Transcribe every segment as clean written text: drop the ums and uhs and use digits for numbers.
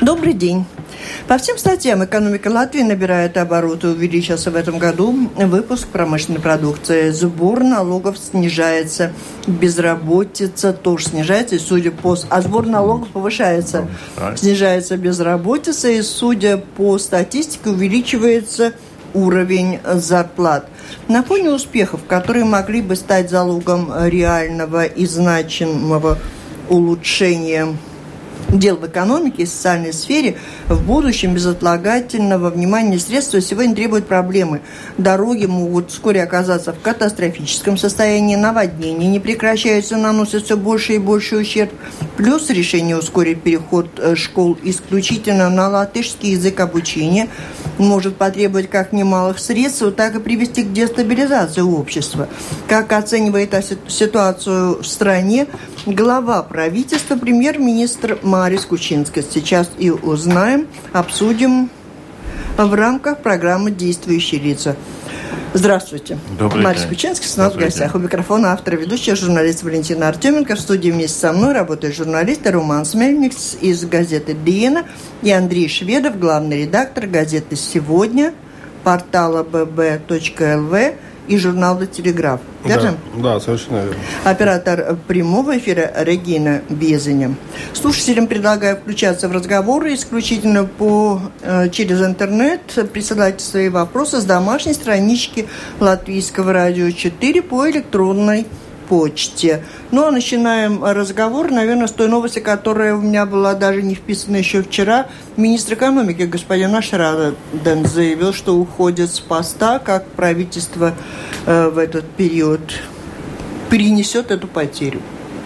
Добрый день. По всем статьям экономика Латвии набирает обороты. Увеличился в этом году выпуск промышленной продукции. Сбор налогов снижается. Безработица тоже снижается. И судя по... А сбор налогов повышается. Снижается безработица. И судя по статистике, увеличивается уровень зарплат. На фоне успехов, которые могли бы стать залогом реального и значимого улучшения дел в экономике и социальной сфере, в будущем безотлагательного внимания средства сегодня требуют проблемы. Дороги могут вскоре оказаться в катастрофическом состоянии, наводнения не прекращаются, наносят все больше и больше ущерб. Плюс решение ускорить переход школ исключительно на латышский язык обучения может потребовать как немалых средств, так и привести к дестабилизации общества. Как оценивает ситуацию в стране глава правительства, премьер-министр Марис Кучинскис? Сейчас и узнаем, обсудим в рамках программы «Действующие лица». Здравствуйте. Добрый Марис день. Кучинскис у нас в гостях. У микрофона автор и ведущая журналист Валентина Артеменко. В студии вместе со мной работают журналисты Роман Смельникс из газеты «Диена» и Андрей Шведов, главный редактор газеты «Сегодня», портала bb.lv и журнала «Телеграф». Да, совершенно верно. Оператор прямого эфира Регина Безеня. Слушателям предлагаю включаться в разговоры исключительно через интернет. Присылайте свои вопросы с домашней странички Латвийского радио 4 по электронной почте. Ну, а начинаем разговор, наверное, с той новости, которая у меня была даже не вписана еще вчера. Министр экономики господин Ашраден заявил, что уходит с поста, как правительство в этот период перенесет эту потерю.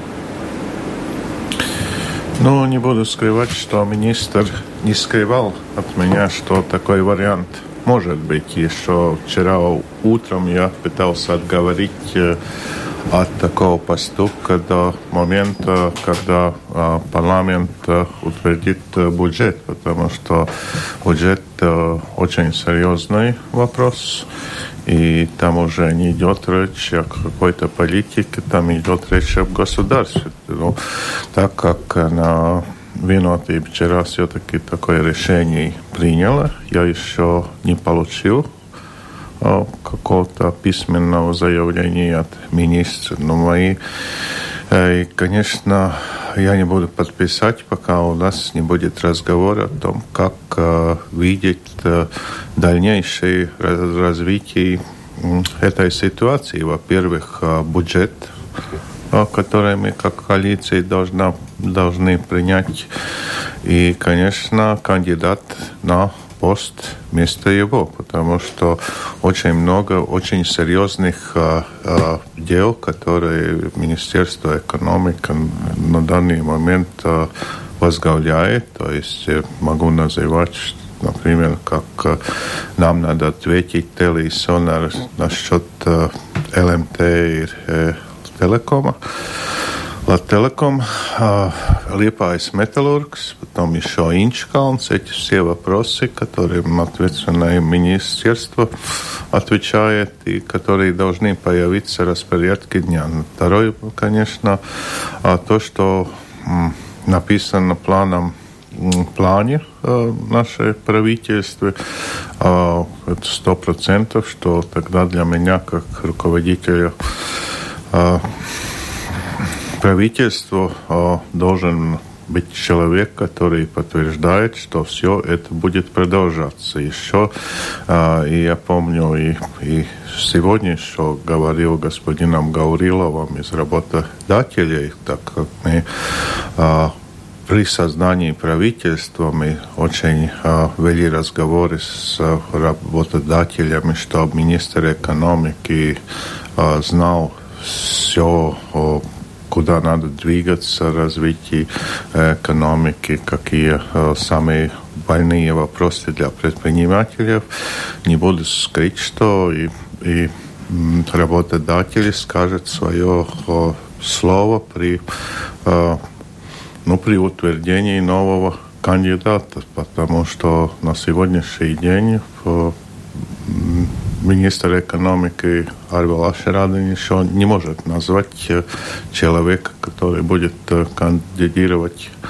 Ну, не буду скрывать, что министр не скрывал от меня, что такой вариант может быть. Еще вчера утром я пытался отговорить от такого поступка до момента, когда парламент утвердит бюджет, потому что бюджет очень серьезный вопрос, и там уже не идет речь о какой-то политике, там идет речь об государстве. Но так как на Винотī вчера все-таки такое решение приняло, я еще не получил какого-то письменного заявления от министра. Но конечно, я не буду подписать, пока у нас не будет разговора о том, как видеть дальнейшее развитие этой ситуации. Во-первых, бюджет, который мы как коалиция должны принять. И, конечно, кандидат на пост вместо его, потому что очень много очень серьезных дел, которые Министерство экономики на данный момент возглавляет. То есть могу называть, например, как нам надо ответить Телесонар насчет ЛМТ и Телекома. Латтелеком, Liepājas металлургс, потом еще Инчкалнс. Эти все вопросы, которым ответственное министерство отвечает и которые должны появиться в распорядке дня. Второе, конечно, то, что написано в плане наше правительство, это 100%, что тогда для меня, как руководителя правительство должен быть человек, который подтверждает, что все это будет продолжаться. Еще, и я помню, и сегодня еще говорил господином Гавриловым из работодателей, так как мы при создании правительства мы очень вели разговоры с работодателями, чтобы министр экономики знал все куда надо двигаться, развитие экономики, какие самые больные вопросы для предпринимателей. Не буду скрыть, что и работодатели скажут свое слово при утверждении нового кандидата, потому что на сегодняшний день министр экономики Арвил Ашраден еще не может назвать человека, который будет кандидировать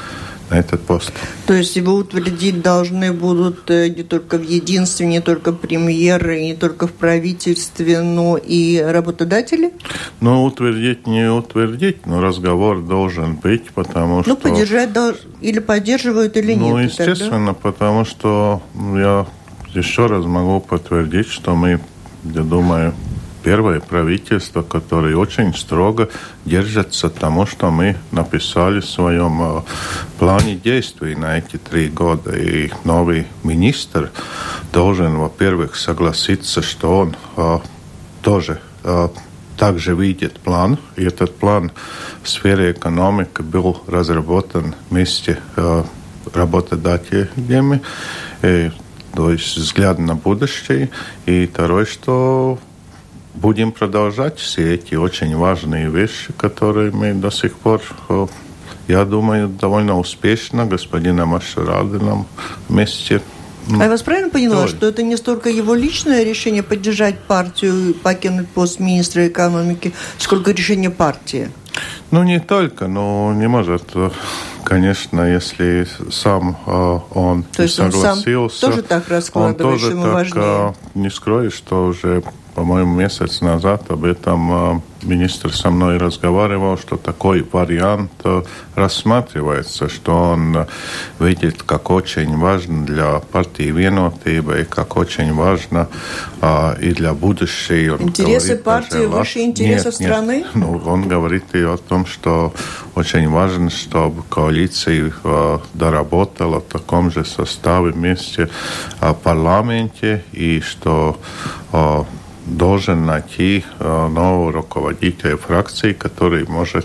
на этот пост. То есть его утвердить должны будут не только в единстве, не только премьеры, не только в правительстве, но и работодатели? Ну, утвердить, не утвердить, но разговор должен быть, потому что... Ну, поддержать или поддерживают, или нет. Ну, естественно, тогда? Потому что я еще раз могу подтвердить, что мы, я думаю, первое правительство, которое очень строго держится тому, что мы написали в своем плане действий на эти 3 года. И новый министр должен, во-первых, согласиться, что он тоже также видит план. И этот план в сфере экономики был разработан вместе с работодателями, то есть взгляд на будущее. И второе, что будем продолжать все эти очень важные вещи, которые мы до сих пор, я думаю, довольно успешно господином Ашарадином вместе. А я вас правильно поняла, что это не столько его личное решение поддержать партию, покинуть пост министра экономики, сколько решение партии? Ну, не только, но не может, конечно, если сам он то есть согласился. Он сам тоже так раскладывает, что ему важнее? Не скроешь, что уже, по-моему, месяц назад об этом министр со мной разговаривал, что такой вариант рассматривается, что он видит, как очень важно для партии Vienotība и как очень важно и для будущего. Интересы партии выше интересов страны? Ну, он говорит и о том, что очень важно, чтобы коалиция доработала в таком же составе вместе в парламенте, и что должен найти нового руководителя фракции, который может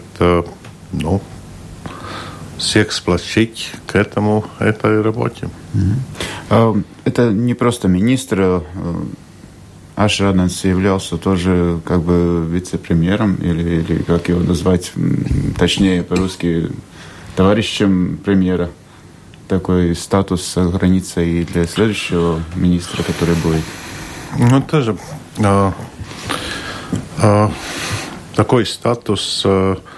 всех сплотить к этой работе. Это не просто министр. Ашарадинс являлся тоже как бы вице-премьером, или как его назвать, точнее по-русски, товарищем премьера. Такой статус сохранится и для следующего министра, который будет. Ну, тоже такой статус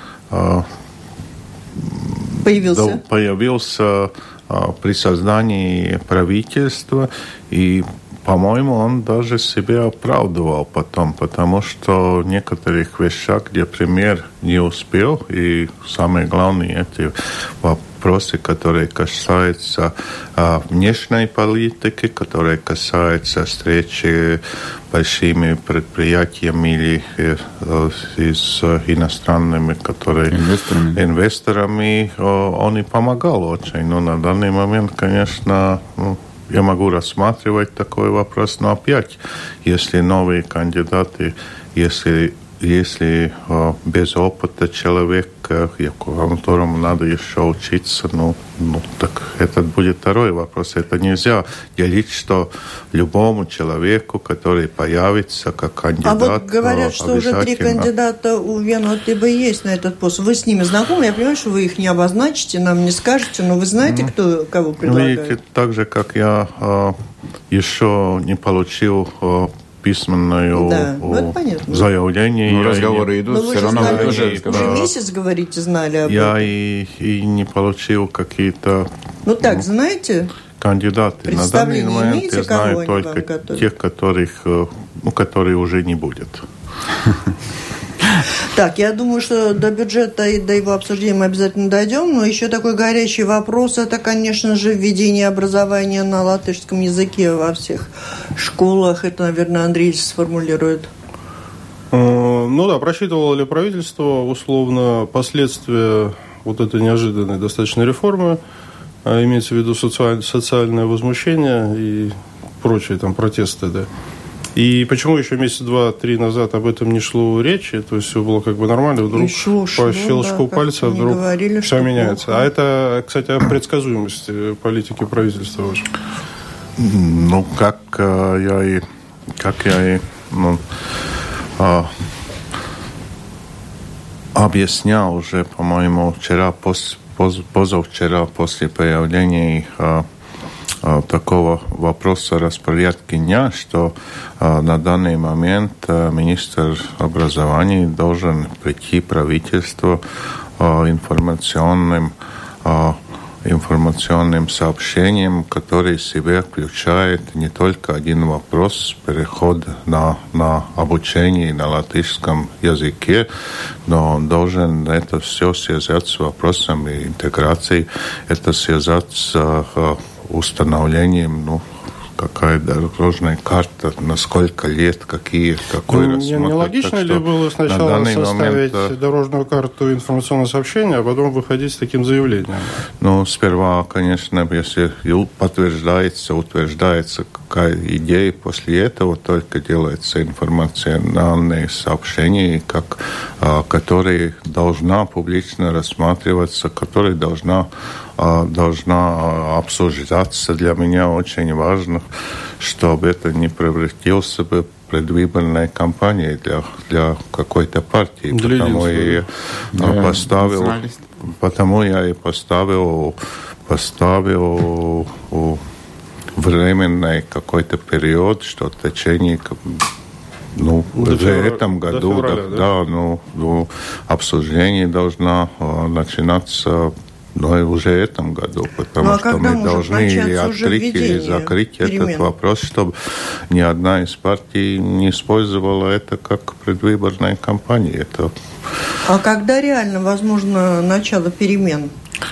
появился при создании правительства, и, по-моему, он даже себя оправдывал потом, потому что в некоторых вещах, где премьер не успел, и самое главное, эти вопросы, которые касаются внешней политики, которые касаются встречи с большими предприятиями или с иностранными инвесторами, он и помогал очень. Но на данный момент, конечно, я могу рассматривать такой вопрос, но опять, если новые кандидаты, если без опыта человек, которому надо еще учиться, так это будет второй вопрос. Это нельзя делить, что любому человеку, который появится как кандидат... А вот говорят, что уже 3 кандидата у Vienotība есть на этот пост. Вы с ними знакомы? Я понимаю, что вы их не обозначите, нам не скажете, но вы знаете, кого предлагают? Видите, так же, как я еще не получил письменное заявление. Разговоры идут, все равно вы уже месяц, говорите, знали об этом. Я и не получил какие-то... знаете? Кандидаты. На данный момент я знаю только тех, которые уже не будет. Так, я думаю, что до бюджета и до его обсуждения мы обязательно дойдем, но еще такой горячий вопрос, это, конечно же, введение образования на латышском языке во всех школах. Это, наверное, Андрей сформулирует. Просчитывало ли правительство условно последствия вот этой неожиданной достаточно реформы, имеется в виду социальное возмущение и прочие протесты, да? И почему еще месяц, 2-3 назад об этом не шло речи, то есть все было как бы нормально, вдруг по щелчку пальца вдруг все меняется. Плохо. А это, кстати, о предсказуемости политики правительства вашего. Как я и объяснял уже, по-моему, позавчера после появления такого вопроса распорядки дня, что на данный момент министр образования должен прийти правительству информационным информационным сообщением, который в себя включает не только один вопрос, переход на обучение на латышском языке, но должен это все связать с вопросами интеграции, это связать с установлением, какая дорожная карта, на сколько лет, какой рассмотр. Нелогично ли было сначала составить дорожную карту информационного сообщения, а потом выходить с таким заявлением? Сперва, конечно, если утверждается какая идея, после этого только делается информационные сообщения, которые должна публично рассматриваться, которые должна обсуждаться. Для меня очень важно, чтобы это не превратился бы в предвыборной кампании для какой-то партии. Потому я и поставил временный какой-то период, что в течение в этом году обсуждение должно начинаться уже в этом году, потому что мы должны или открыть, или закрыть этот вопрос, чтобы ни одна из партий не использовала это как предвыборная кампания. А когда реально возможно начало перемен?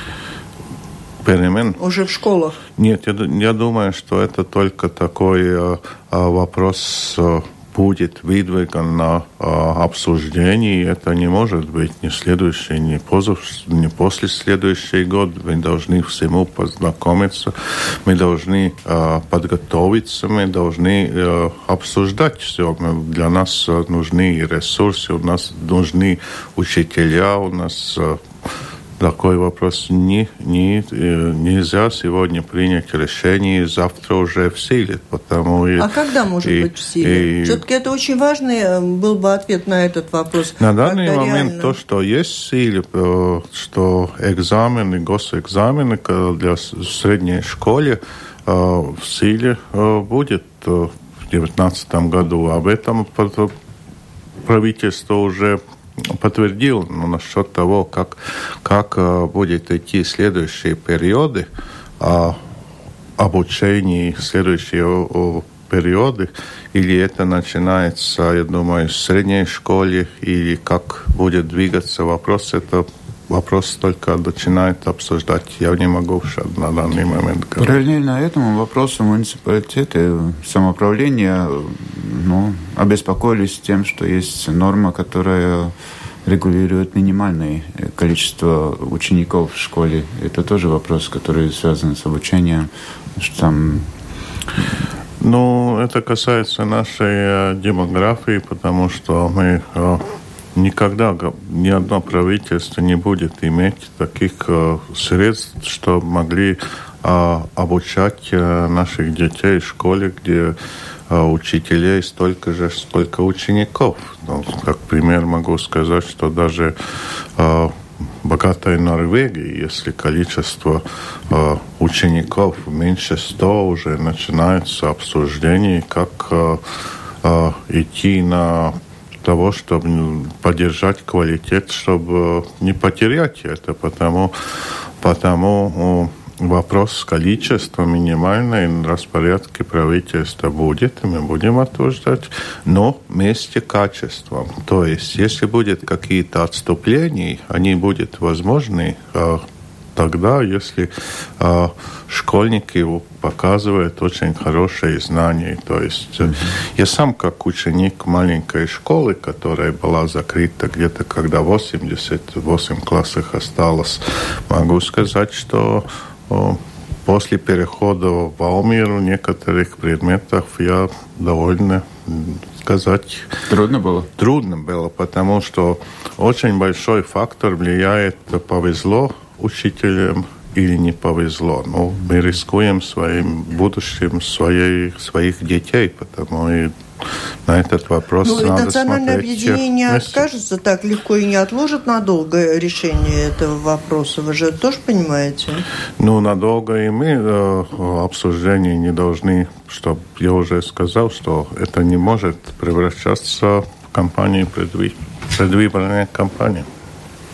Уже в школах? Нет, я думаю, что это только такой вопрос будет выдвиган на обсуждение. Это не может быть ни следующий, ни после следующий год. Мы должны всему познакомиться, мы должны подготовиться, мы должны обсуждать все. Для нас нужны ресурсы, у нас нужны учителя, у нас такой вопрос нельзя сегодня принять решение, завтра уже в силе. Когда может быть в силе? Все-таки это очень важный был бы ответ на этот вопрос. На данный момент то, что есть в силе, что госэкзамены для средней школы в силе будет в 2019 году. Об этом правительство уже подтвердил, насчет того, как будет идти следующие периоды обучения, следующие периоды, или это начинается, я думаю, в средней школе, или как будет двигаться вопрос, это вопрос только начинает обсуждать. Я не могу на данный момент говорить. Параллельно этому вопросу муниципалитеты, самоуправления обеспокоились тем, что есть норма, которая регулирует минимальное количество учеников в школе. Это тоже вопрос, который связан с обучением. Что там... это касается нашей демографии, потому что мы... Никогда ни одно правительство не будет иметь таких средств, что могли обучать наших детей в школе, где учителей столько же, сколько учеников. Как пример могу сказать, что даже в богатой Норвегии, если количество учеников меньше 100, уже начинается обсуждение, как идти на того, чтобы поддержать квалитет, чтобы не потерять это. Потому вопрос количества минимальной распорядки правительства будет, и мы будем обсуждать, но вместе качеством. То есть, если будет какие-то отступления, они будут возможны тогда, если школьники показывают очень хорошие знания. То есть я сам, как ученик маленькой школы, которая была закрыта где-то, когда 88 классов осталось, могу сказать, что после перехода в Валмиру некоторых предметов я довольно сказать... Трудно было? Трудно было, потому что очень большой фактор влияет, повезло учителям или не повезло. Мы рискуем своим будущим своих детей, потому и на этот вопрос надо смотреть. Национальное объединение не откажется так легко и не отложит надолго решение этого вопроса. Вы же тоже понимаете? Надолго и мы обсуждения не должны, чтобы я уже сказал, что это не может превращаться в кампанию, предвыборную кампанию.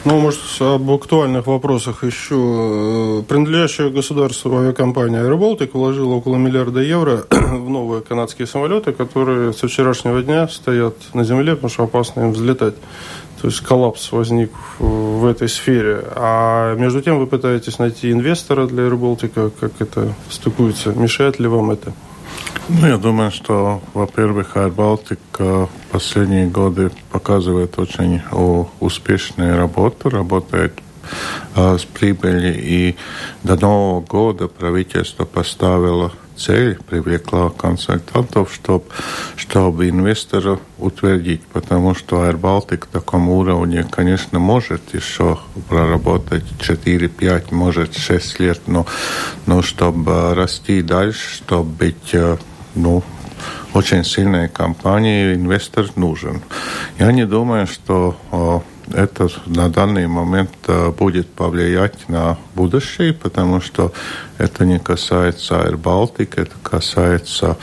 Ну, может, об актуальных вопросах еще. Принадлежащая государству авиакомпания AirBaltic вложила около €1 миллиарда в новые канадские самолеты, которые со вчерашнего дня стоят на земле, потому что опасно им взлетать. То есть коллапс возник в этой сфере. А между тем вы пытаетесь найти инвестора для AirBaltic. Как это стыкуется? Мешает ли вам это? Ну, я думаю, что, во-первых, AirBaltic последние годы показывает очень успешную работу, работает с прибылью, и до Нового года правительство поставило цель, привлекла консультантов, чтобы инвестора утвердить, потому что AirBaltic в таком уровне, конечно, может еще проработать 4-5, может 6 лет, но чтобы расти дальше, чтобы быть, очень сильной компанией, инвестор нужен. Я не думаю, что это на данный момент будет повлиять на будущее, потому что это не касается AirBaltic, это касается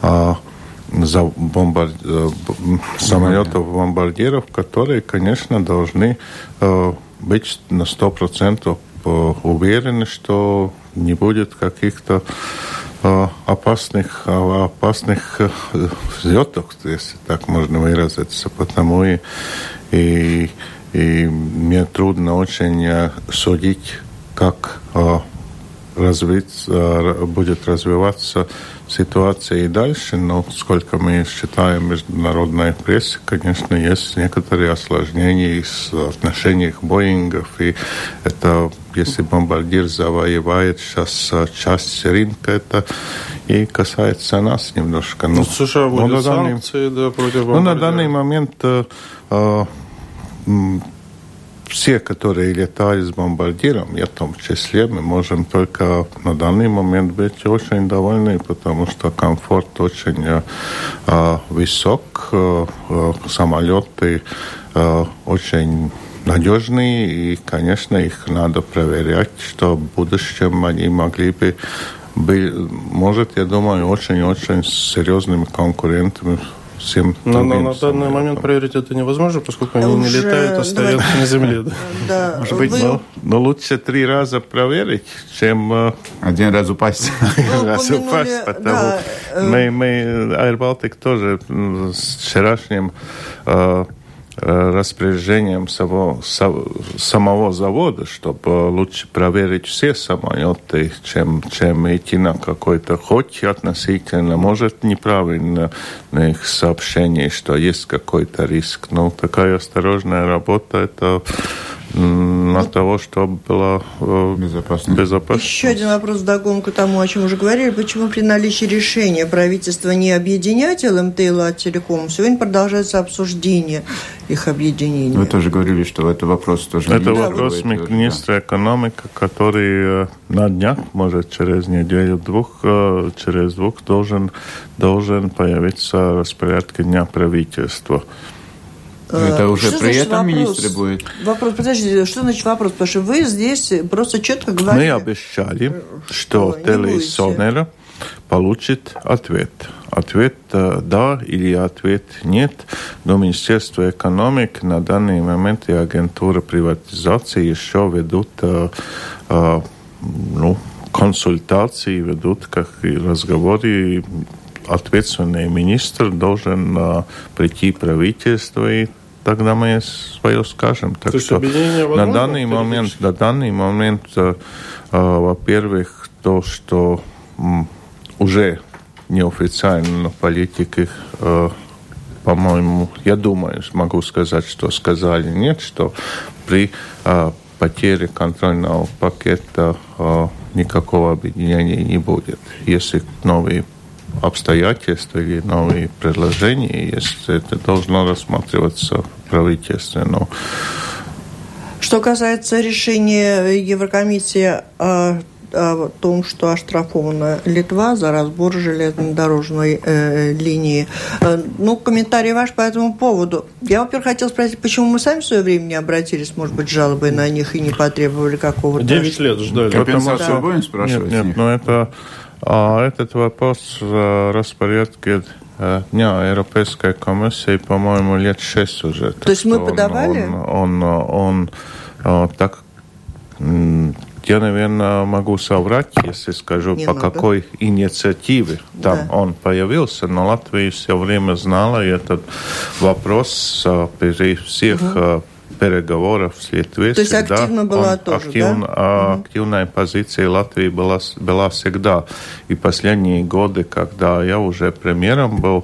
самолетов-бомбардиров, которые, конечно, должны быть на 100% уверены, что не будет каких-то опасных взлетов, если так можно выразиться. Потому и мне трудно очень судить, как будет развиваться ситуация и дальше, но сколько мы считаем в международной прессе, конечно, есть некоторые осложнения в отношениях Боингов, и это, если бомбардир завоевает сейчас часть рынка, это и касается нас немножко. США вводят санкции против бомбардира. На данный момент все, которые летали с бомбардиром, я в том числе, мы можем только на данный момент быть очень довольны, потому что комфорт очень высок, самолеты очень надежные, и, конечно, их надо проверять, что в будущем они могли бы быть, может, я думаю, очень-очень серьезными конкурентами. Но на данный момент проверить это невозможно, поскольку они не летают, а стоят на земле. Да. Может быть, но лучше 3 раза проверить, чем 1 раз упасть. Потому мы AirBaltic тоже с вчерашним распоряжением самого завода, чтобы лучше проверить все самолеты, чем идти на какой-то хоть относительно, может, неправильно на их сообщение, что есть какой-то риск. Но такая осторожная работа, это на того, чтобы было безопасно. Еще один вопрос вдогонку тому, о чем уже говорили. Почему при наличии решения правительства не объединять ЛМТ и Латтелеком, сегодня продолжается обсуждение их объединения? Вы тоже говорили, что это вопрос тоже... Это вопрос министра экономики, который на днях, может, через неделю-двух, через двух должен появиться распорядок дня правительства. Это уже при этом министре будет? Вопрос, подождите, что значит вопрос? Потому что вы здесь просто четко говорите. Мы обещали, что Телесонера получит ответ. Ответ «да» или ответ «нет». Но Министерство экономики на данный момент и агентура приватизации еще ведут консультации, ведут как и разговоры. Ответственный министр должен прийти в правительство, и тогда мы свое скажем. Так что на данный момент, во-первых, то, что уже неофициально политики, по-моему, я думаю, могу сказать, что сказали нет, что при потере контрольного пакета никакого объединения не будет. Если новые обстоятельства или новые предложения, если это должно рассматриваться правительственно. Что касается решения Еврокомиссии о том, что оштрафована Литва за разбор железнодорожной линии. Комментарий ваш по этому поводу. Я, во-первых, хотела спросить, почему мы сами в свое время не обратились, может быть, с жалобой на них и не потребовали какого-то... 9 лет ждали. Компенсацию будем спрашивать? Нет, этот вопрос в распорядке Дня Европейской комиссии, по-моему, лет 6 уже. То есть мы подавали? Он Так, я, наверное, могу соврать, если скажу, по какой инициативе там он появился, но Латвия все время знала, и этот вопрос при всех переговорах с Литвой. То есть активно была тоже, активная позиция Латвии была всегда. И последние годы, когда я уже премьером был,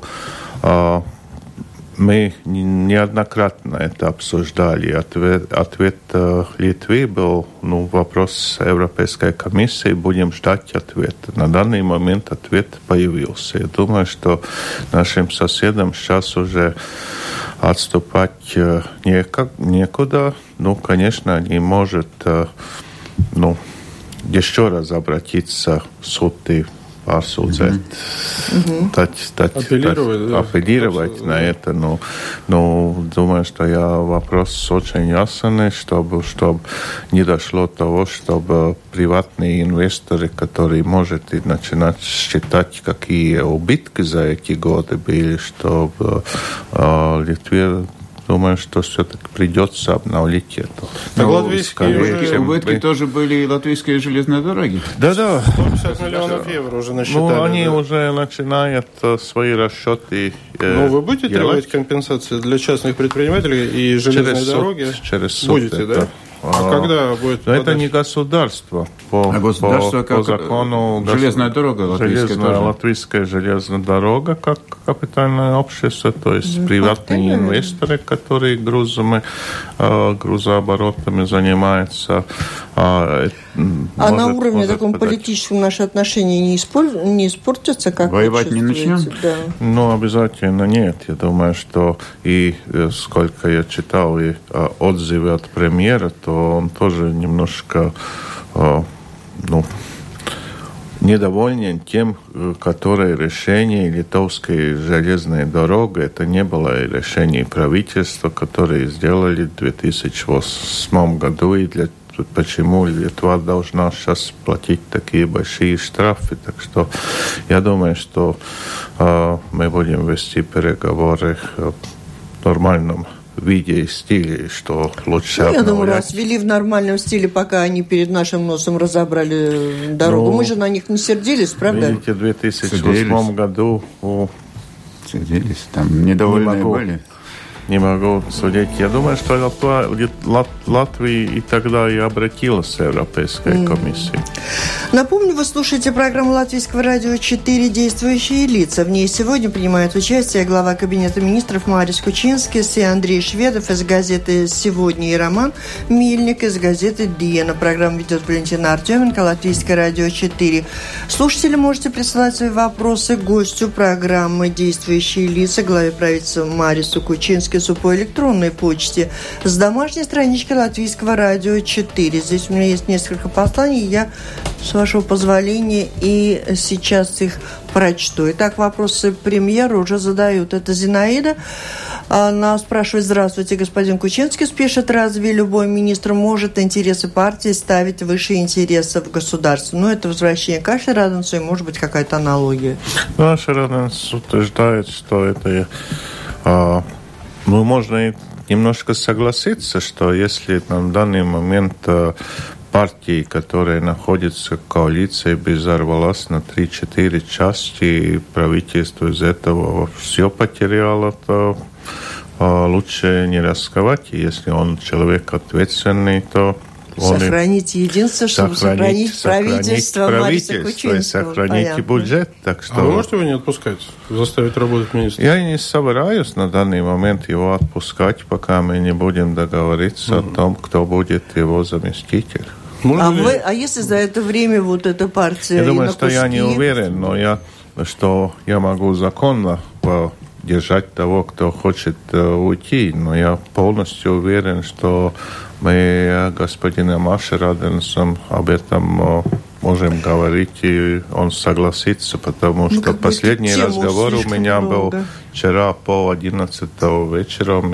мы неоднократно это обсуждали. Ответ Литвы был, вопрос Европейской комиссии, будем ждать ответа. На данный момент ответ появился. Я думаю, что нашим соседям сейчас уже отступать некуда. Конечно, они могут еще раз обратиться в суд и посудить, апеллировать на это. Но думаю, что вопрос очень ясный, чтобы не дошло до того, чтобы приватные инвесторы, которые могут и начинать считать, какие убытки за эти годы были, чтобы Литве, думаю, что все-таки придется обновить это. Убытки тоже были и латвийские железные дороги. Да. 150 миллионов евро уже насчитали. Они уже начинают свои расчеты. Вы будете требовать компенсации для частных предпринимателей и железной дороги? Через суд. Будете, да? А когда будет? Это не государство. По закону железная дорога латвийская железная дорога как капитальное общество, то есть приватные инвесторы, которые грузооборотами занимаются. На уровне таком политическом наши отношения не испортятся? Как воевать не начнем? Да. Обязательно нет. Я думаю, что и сколько я читал и отзывы от премьера, то он тоже немножко недоволен тем, которое решение литовской железной дороги, это не было решение правительства, которое сделали в 2008 году, и почему Литва должна сейчас платить такие большие штрафы. Так что я думаю, что мы будем вести переговоры в нормальном виде и стиле, что лучше я думаю, раз вели в нормальном стиле, пока они перед нашим носом разобрали дорогу. Мы же на них не сердились, правда? Видите, в 2008 году... Сердились, там недовольные были. Не могу судить. Я думаю, что Латвия и тогда и обратилась к Европейской комиссии. Напомню, вы слушаете программу Латвийского радио 4 «Действующие лица». В ней сегодня принимают участие глава Кабинета министров Марис Кучинскис и Андрей Шведов из газеты «Сегодня» и Роман Мельник из газеты «Диена». Программу ведет Валентина Артеменко, Латвийское радио 4. Слушатели, можете присылать свои вопросы гостю программы «Действующие лица», главе правительства Марису Кучинскису по электронной почте с домашней страничкой Латвийского радио 4. Здесь у меня есть несколько посланий, я, с вашего позволения, и сейчас их прочту. Итак, вопросы премьеру уже задают. Это Зинаида. Она спрашивает: здравствуйте, господин Кучинский. Пишет: разве любой министр может интересы партии ставить выше интересов государства? Это возвращение к Аше Радонсу, и может быть какая-то аналогия. Аше Радонс утверждает, что это... можно и немножко согласиться, что если на данный момент партии, которые находятся в коалиции, взорвалась на 3-4 части, и правительство из этого все потеряло, то лучше не рисковать. Если он человек ответственный, то сохранить единство, чтобы сохранить правительство Мариса Кучинского. И сохранить бюджет. Так что... вы можете его не отпускать? Заставить работать министра? Я не собираюсь на данный момент его отпускать, пока мы не будем договориться о том, кто будет его заместитель. А если за это время эта партия... Я думаю, что я не уверен, но что я могу законно держать того, кто хочет уйти. Но я полностью уверен, что мы господином Аше Радонсом об этом можем говорить, и он согласится, потому что последний разговор у меня был вчера по 11 вечером,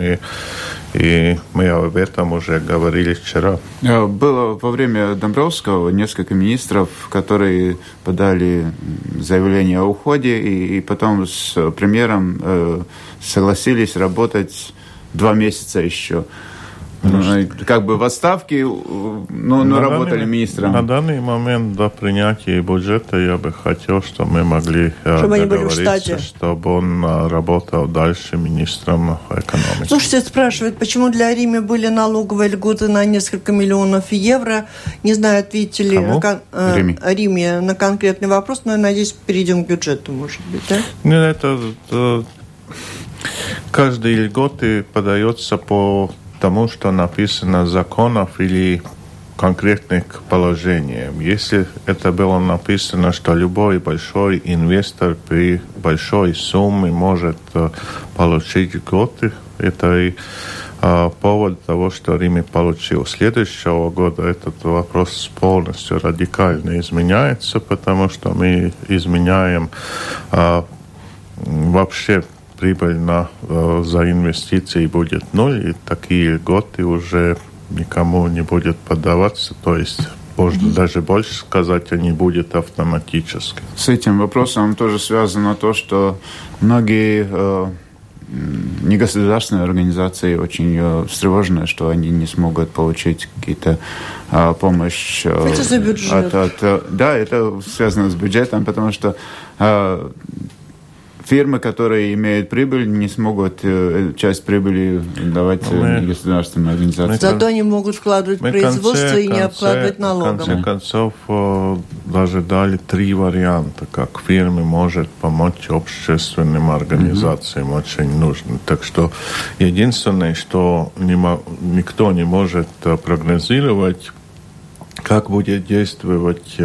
и мы об этом уже говорили вчера. Было во время Домбровского несколько министров, которые подали заявление о уходе, и потом с премьером согласились работать 2 месяца еще. как бы в отставке, но работали министром. На данный момент до принятия бюджета я бы хотел, чтобы мы могли договориться, чтобы он работал дальше министром экономики. Слушайте, спрашивают, почему для Рима были налоговые льготы на несколько миллионов евро. Не знаю, ответили Риме на конкретный вопрос, но я надеюсь, перейдем к бюджету, может быть, да? Нет, это каждые льготы подается по тому, что написано в законах или конкретных положениях. Если это было написано, что любой большой инвестор при большой сумме может получить льготы, это и повод того, что Рим получил. Следующего года этот вопрос полностью радикально изменяется, потому что мы изменяем вообще прибыль за инвестиции будет 0, и такие льготы уже никому не будет поддаваться, то есть можно даже больше сказать, они будут автоматически. С этим вопросом тоже связано то, что многие негосударственные организации очень встревожены, что они не смогут получить какие-то помощь. Это за бюджет. Да, это связано с бюджетом, потому что фирмы, которые имеют прибыль, не смогут часть прибыли давать негосударственным организациям. Зато они могут вкладывать в производство и не обкладывать налогом. В конце концов, даже дали 3 варианта, как фирмы может помочь общественным организациям, очень нужно. Так что единственное, что никто не может прогнозировать, как будет действовать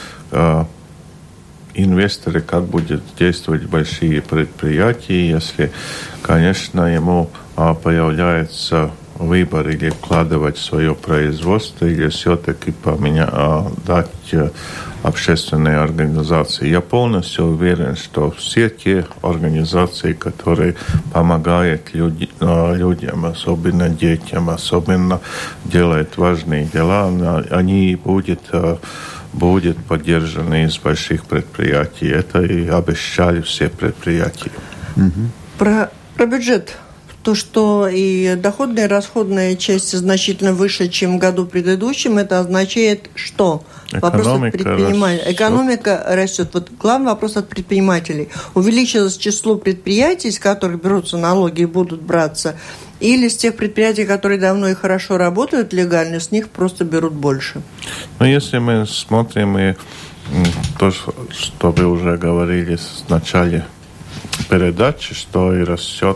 инвесторы, как будут действовать большие предприятия, если, конечно, ему появляется выбор или вкладывать в свое производство, или все-таки дать общественные организации. Я полностью уверен, что все те организации, которые помогают людям, особенно детям, особенно делают важные дела, они будут поддержаны из больших предприятий. Это и обещали все предприятия. Про бюджет. То, что и доходная, и расходная часть значительно выше, чем в году предыдущем, это означает, что? Экономика растет. Вот главный вопрос от предпринимателей. Увеличилось число предприятий, с которых берутся налоги и будут браться, или с тех предприятий, которые давно и хорошо работают легально, с них просто берут больше? Ну, если мы смотрим и то, что вы уже говорили в начале передачи, что и растет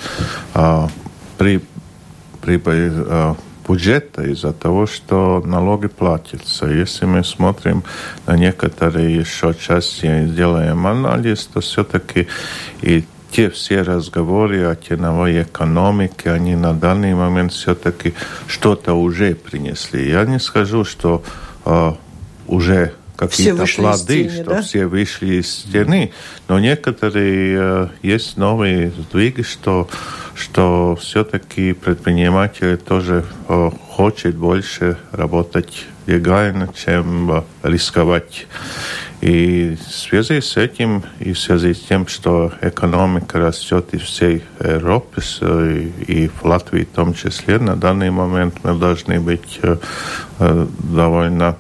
прибыль бюджета из-за того, что налоги платятся. Если мы смотрим на некоторые еще части и делаем анализ, то все-таки и те все разговоры о теневой экономике, они на данный момент все-таки что-то уже принесли. Я не скажу, что уже какие-то плоды, что да? Все вышли из стены, но некоторые есть новые сдвиги, что все-таки предприниматели тоже хотят больше работать легально, чем рисковать. И в связи с этим, и в связи с тем, что экономика растет из всей Европы, и в Латвии в том числе, на данный момент мы должны быть довольно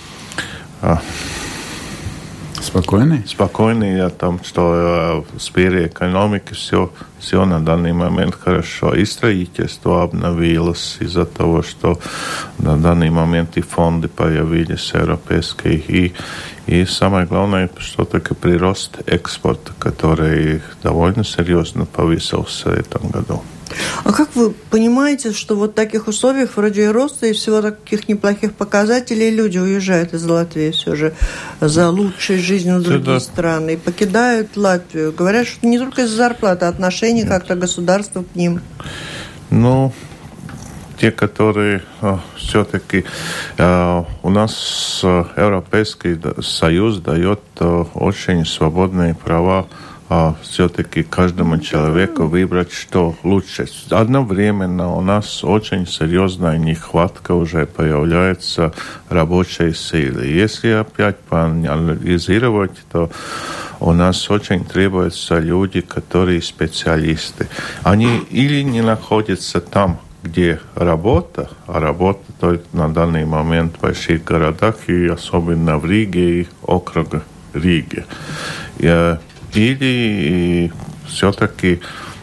спокойны о том, что в сфере экономики все на данный момент хорошо. И строительство обновилось из-за того, что на данный момент и фонды появились европейские. И самое главное, что-таки прирост экспорта, который довольно серьезно повысился в этом году. А как вы понимаете, что вот в таких условиях, вроде и роста, и всего таких неплохих показателей, люди уезжают из Латвии все же за лучшей жизнью в другие страны и покидают Латвию? Говорят, что не только из-за зарплаты, а отношение как-то государства к ним. Ну, те, которые все-таки у нас Европейский Союз дает очень свободные права все-таки каждому человеку выбрать, что лучше. Одновременно у нас очень серьезная нехватка уже появляется рабочей силы. Если опять проанализировать, то у нас очень требуются люди, которые специалисты. Они или не находятся там, где работа, а работа только на данный момент в больших городах, и особенно в Риге и округе Риги. Или все-таки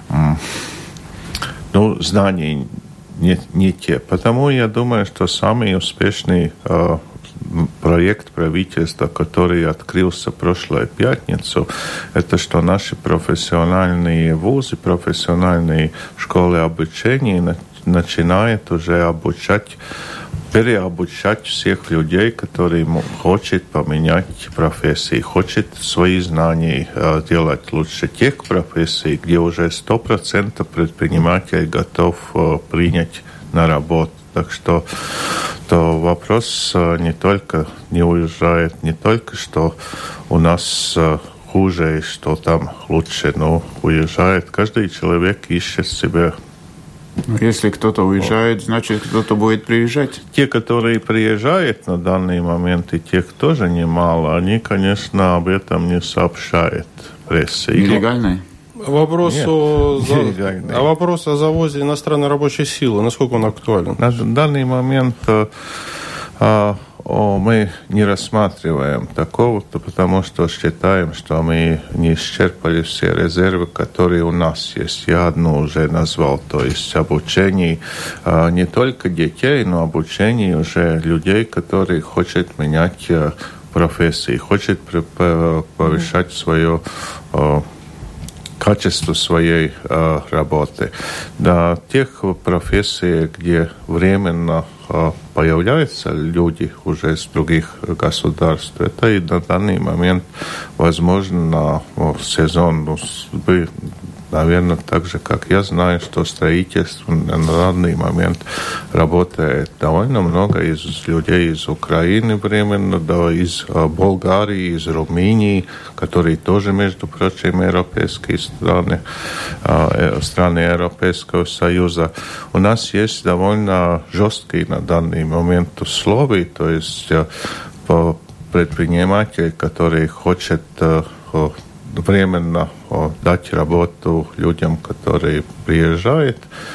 знания не те. Потому я думаю, что самый успешный проект правительства, который открылся в прошлую пятницу, это что наши профессиональные вузы, профессиональные школы обучения начинают уже переобучать всех людей, которые хотят поменять профессии, хотят свои знания делать лучше тех профессий, где уже 100% предприниматель готов принять на работу. Так что вопрос не уезжает не только, что у нас хуже и что там лучше, но уезжает. Каждый человек ищет себе. Если кто-то уезжает, значит, кто-то будет приезжать. Те, которые приезжают на данный момент, и тех тоже немало, они, конечно, об этом не сообщают прессе. Нелегальные? Вопрос о завозе иностранной рабочей силы, насколько он актуален? На данный момент мы не рассматриваем такого-то, потому что считаем, что мы не исчерпали все резервы, которые у нас есть. Я одну уже назвал, то есть обучение не только детей, но обучение уже людей, которые хотят менять профессии, хотят повышать свое качество своей работы. Да, тех профессий, где временно появляются люди уже из других государств, это и на данный момент возможно на сезон. Наверное, так же, как я знаю, что строительство на данный момент работает довольно много из людей из Украины временно, да, из Болгарии, из Румынии, которые тоже, между прочим, европейские страны Европейского Союза. У нас есть довольно жесткие на данный момент условия, то есть предприниматель, который хочет временно дать работу людям, которые приезжают,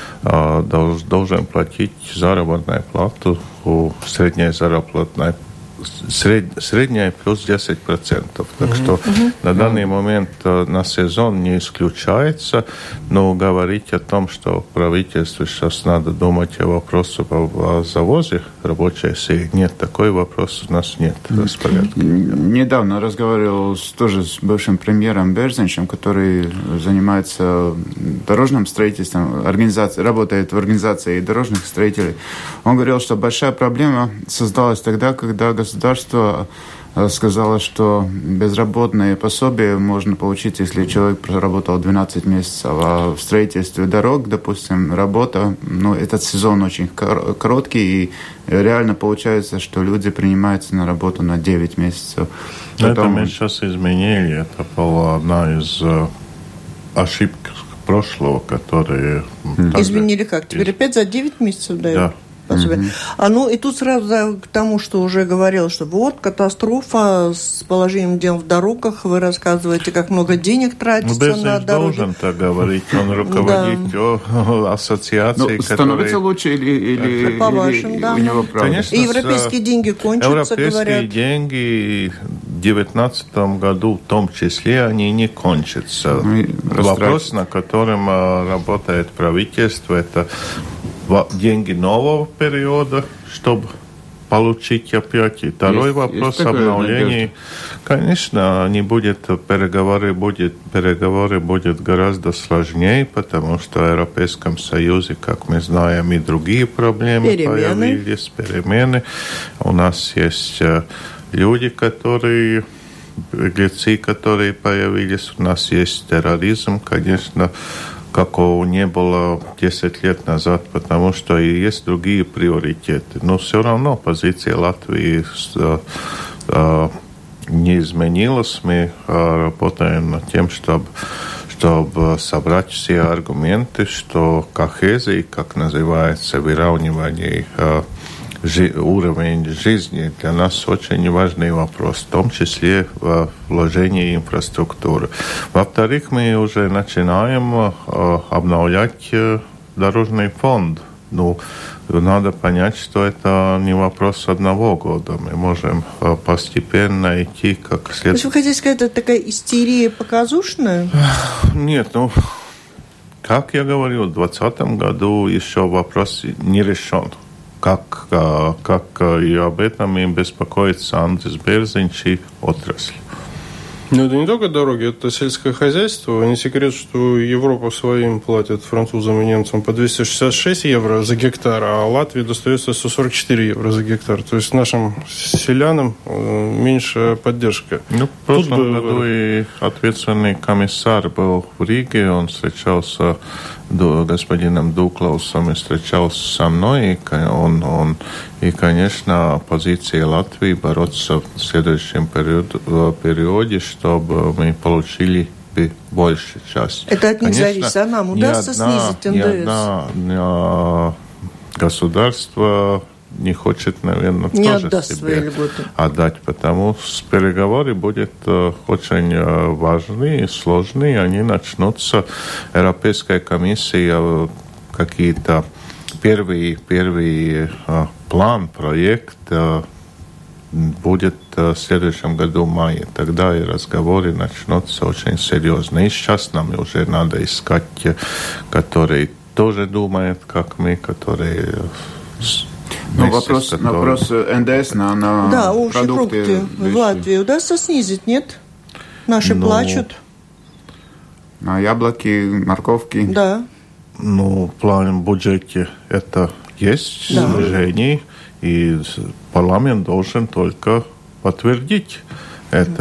должен платить заработную плату, средняя заработная средняя плюс 10%. Так что на данный момент на сезон не исключается, но говорить о том, что правительству сейчас надо думать о вопросе о завозе рабочей силы, нет, такой вопрос у нас нет. Недавно разговаривал тоже с бывшим премьером Берзинчем, который занимается дорожным строительством, работает в организации дорожных строителей. Он говорил, что большая проблема создалась тогда, когда государство сказала, что безработные пособия можно получить, если человек проработал 12 месяцев. А в строительстве дорог, допустим, работа, этот сезон очень короткий, и реально получается, что люди принимаются на работу на 9 месяцев. Это мы сейчас изменили. Это была одна из ошибок прошлого, которые... Изменили как? Теперь опять за 9 месяцев дают? Да. И тут сразу к тому, что уже говорил, что вот катастрофа с положением дел в дорогах, вы рассказываете, как много денег тратится на дороги. Должен так говорить, он руководит ассоциацией, становится лучше или по вашим, у него правда? Конечно, и европейские деньги кончатся, европейские говорят. деньги в 2019 году в том числе они не кончатся. Вопрос, на котором работает правительство, это деньги нового периода, чтобы получить опять. И второй вопрос обновления. Конечно, переговоры будут гораздо сложнее, потому что в Европейском Союзе, как мы знаем, и другие проблемы появились, перемены. У нас есть люди, беглецы, которые появились. У нас есть терроризм, конечно, какого не было 10 лет назад, потому что и есть другие приоритеты. Но все равно позиция Латвии не изменилась. Мы работаем над тем, чтобы собрать все аргументы, что кохезия, как называется, выравнивание уровень жизни для нас очень важный вопрос, в том числе в вложении инфраструктуры. Во-вторых, мы уже начинаем обновлять дорожный фонд. надо понять, что это не вопрос одного года. Мы можем постепенно идти как следует. То есть вы хотите сказать, это такая истерия показушная? Нет, как я говорил, в 2020 году еще вопрос не решен. Как и об этом им беспокоится Андрис Берзинч и отрасль. Но это не только дороги, это сельское хозяйство. Не секрет, что Европа своим платит французам и немцам по 266 евро за гектар, а Латвии достается 144 евро за гектар. То есть нашим селянам меньшая поддержка. В прошлом году и ответственный комиссар был в Риге, он встречался с господином Дуклаусом и встречался со мной, и, конечно, позиция Латвии бороться в следующем периоде, чтобы мы получили большую часть. Это от них зависит, а нам удастся снизить НДС? Государство не хочет, наверное, не тоже отдаст себе отдать, потому что переговоры будут очень важны и сложны. Они начнутся. Европейская комиссия какие-то первый план, проект будет в следующем году в мае. Тогда и разговоры начнутся очень серьезно. И сейчас нам уже надо искать, которые тоже думают, как мы, которые... вопрос НДС на продукты в Латвии удастся снизить, нет? Наши плачут. На яблоки, морковки. Да. В плане бюджете это есть снижение, и парламент должен только подтвердить это.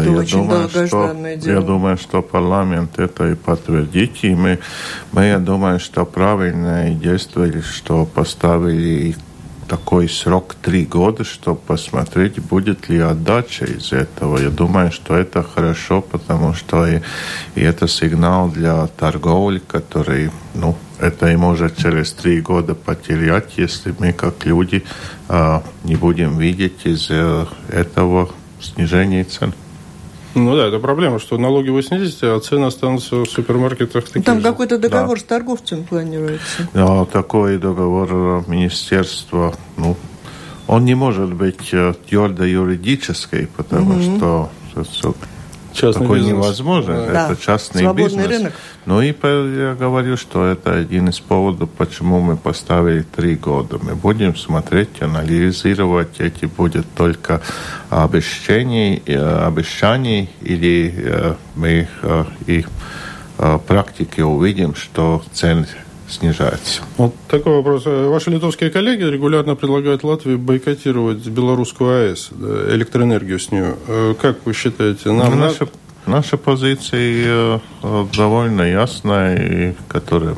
Я думаю, что парламент это и подтвердит, и я думаю, что правильно действовали, что поставили такой срок 3 года, чтобы посмотреть, будет ли отдача из этого. Я думаю, что это хорошо, потому что и это сигнал для торговли, который, это и может через 3 года потерять, если мы как люди не будем видеть из этого снижения цен. Это проблема, что налоги вы снизите, а цены останутся в супермаркетах такие Там же. какой-то договор с торговцем планируется. Такой договор министерства, он не может быть твердо юридический, потому что частный такой бизнес. Невозможно. Это частный свободный бизнес. рынок. И я говорю, что это один из поводов, почему мы поставили 3 года. Мы будем смотреть, анализировать, эти будет только обещаний, или мы и практике увидим, что цены снижаются. Такой вопрос. Ваши литовские коллеги регулярно предлагают Латвии бойкотировать белорусскую АЭС, электроэнергию с нее. Как вы считаете? Наша позиция довольно ясная, которую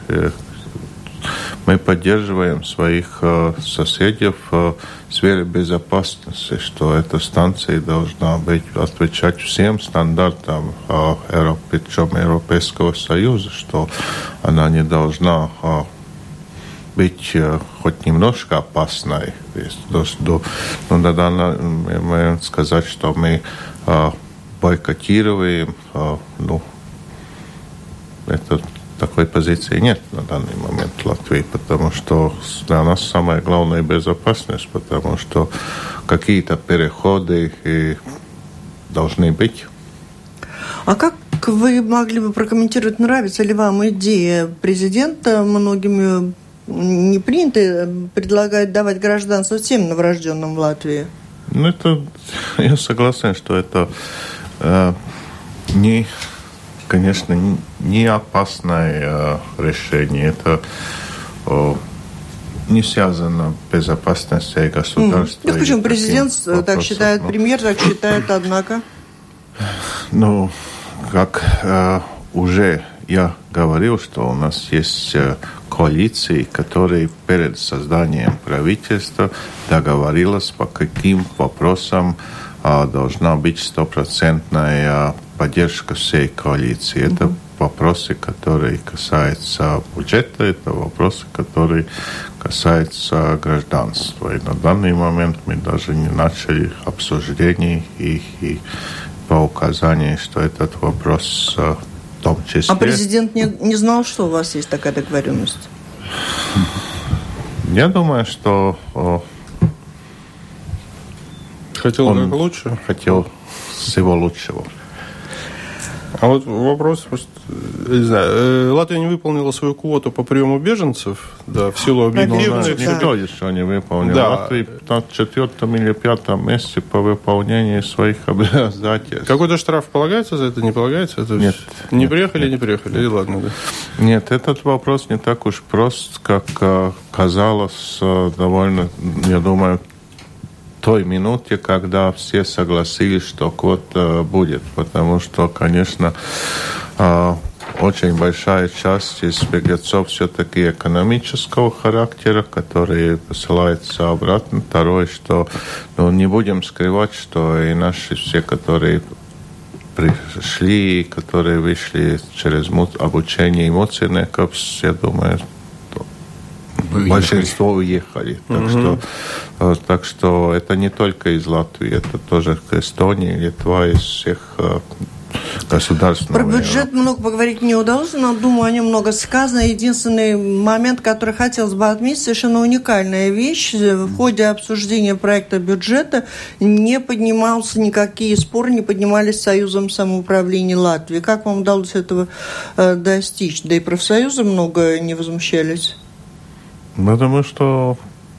мы поддерживаем своих соседей в сфере безопасности, что эта станция должна отвечать всем стандартам причем Европейского Союза, что она не должна быть хоть немножко опасной. Надо сказать, что мы бойкотируем, это такой позиции нет на данный момент в Латвии, потому что для нас самая главная безопасность, потому что какие-то переходы должны быть. А как вы могли бы прокомментировать, нравится ли вам идея президента, многими не принято, предлагает давать гражданство всем новорожденным в Латвии? Я согласен, что это конечно, не опасное решение. Это не связано с безопасностью государства. Так почему президент так считает, премьер так считает, однако? Как уже я говорил, что у нас есть коалиции, которые перед созданием правительства договорились, по каким вопросам должна быть 100% поддержка всей коалиции. Это вопросы, которые касаются бюджета, это вопросы, которые касаются гражданства. И на данный момент мы даже не начали обсуждений и по указанию, что этот вопрос в том числе... А президент не знал, что у вас есть такая договоренность? Я думаю, что хотел как лучше? Хотел всего лучшего. А вот вопрос, не знаю, Латвия не выполнила свою квоту по приему беженцев, да, в силу объективных... Никто еще не выполнил. Да. Латвия на 4-м или 5-м месте по выполнению своих обязательств. Какой-то штраф полагается за это, не полагается? То Нет. Не приехали, и ладно, да. Нет, этот вопрос не так уж прост, как казалось довольно, я думаю, той минуте, когда все согласились, что квота будет. Потому что, конечно, очень большая часть из беглецов все-таки экономического характера, которые посылаются обратно. Второе, что не будем скрывать, что и наши все, которые пришли, которые вышли через обучение эмоционников, я думаю, большинство уехали. Так что это не только из Латвии, это тоже Эстония, Литва, из всех государств. Про бюджет много поговорить не удалось, но, думаю, о нем много сказано. Единственный момент, который хотелось бы отметить, совершенно уникальная вещь. В ходе обсуждения проекта бюджета не поднимался, никакие споры не поднимались с Союзом самоуправления Латвии. Как вам удалось этого достичь? Да и профсоюзы много не возмущались. Потому что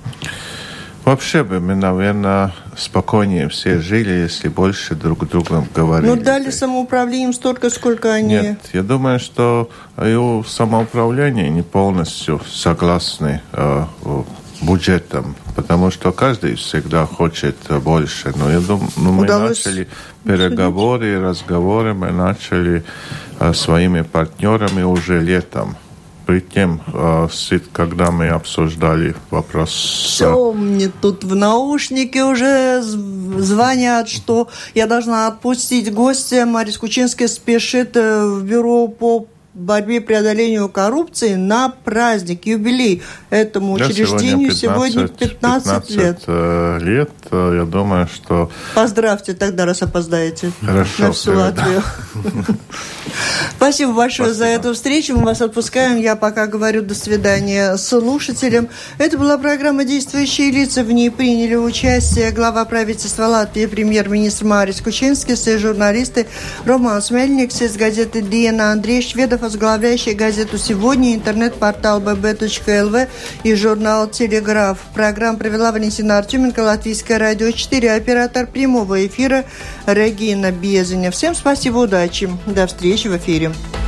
вообще бы мы, наверное, спокойнее все жили, если больше друг другом говорили. Ну, дали самоуправлением столько, сколько они... Нет, я думаю, что и у самоуправления не полностью согласны бюджетом, потому что каждый всегда хочет больше. Но я думаю, мы начали переговоры, разговоры, мы начали своими партнерами уже летом. При тем, когда мы обсуждали вопрос... Все, мне тут в наушнике уже звонят, что я должна отпустить гостя. Мария Кучинская спешит в бюро по борьбе и преодолению коррупции на праздник, юбилей этому учреждению. Сегодня 15 лет. Я думаю, что... Поздравьте тогда, раз опоздаете. Хорошо. На всю Латвию. Спасибо большое за эту встречу. Мы вас отпускаем. Я пока говорю до свидания слушателям. Это была программа «Действующие лица». В ней приняли участие глава правительства Латвии, премьер-министр Марис Кучинскис, и журналисты Роман Смельникс из газеты «Диена», Андрей Шведов, возглавляющий газету «Сегодня», интернет-портал bb.lv и журнал «Телеграф». Программу провела Валентина Артеменко, Латвийское радио 4, оператор прямого эфира Регина Безеня. Всем спасибо, удачи. До встречи в эфире.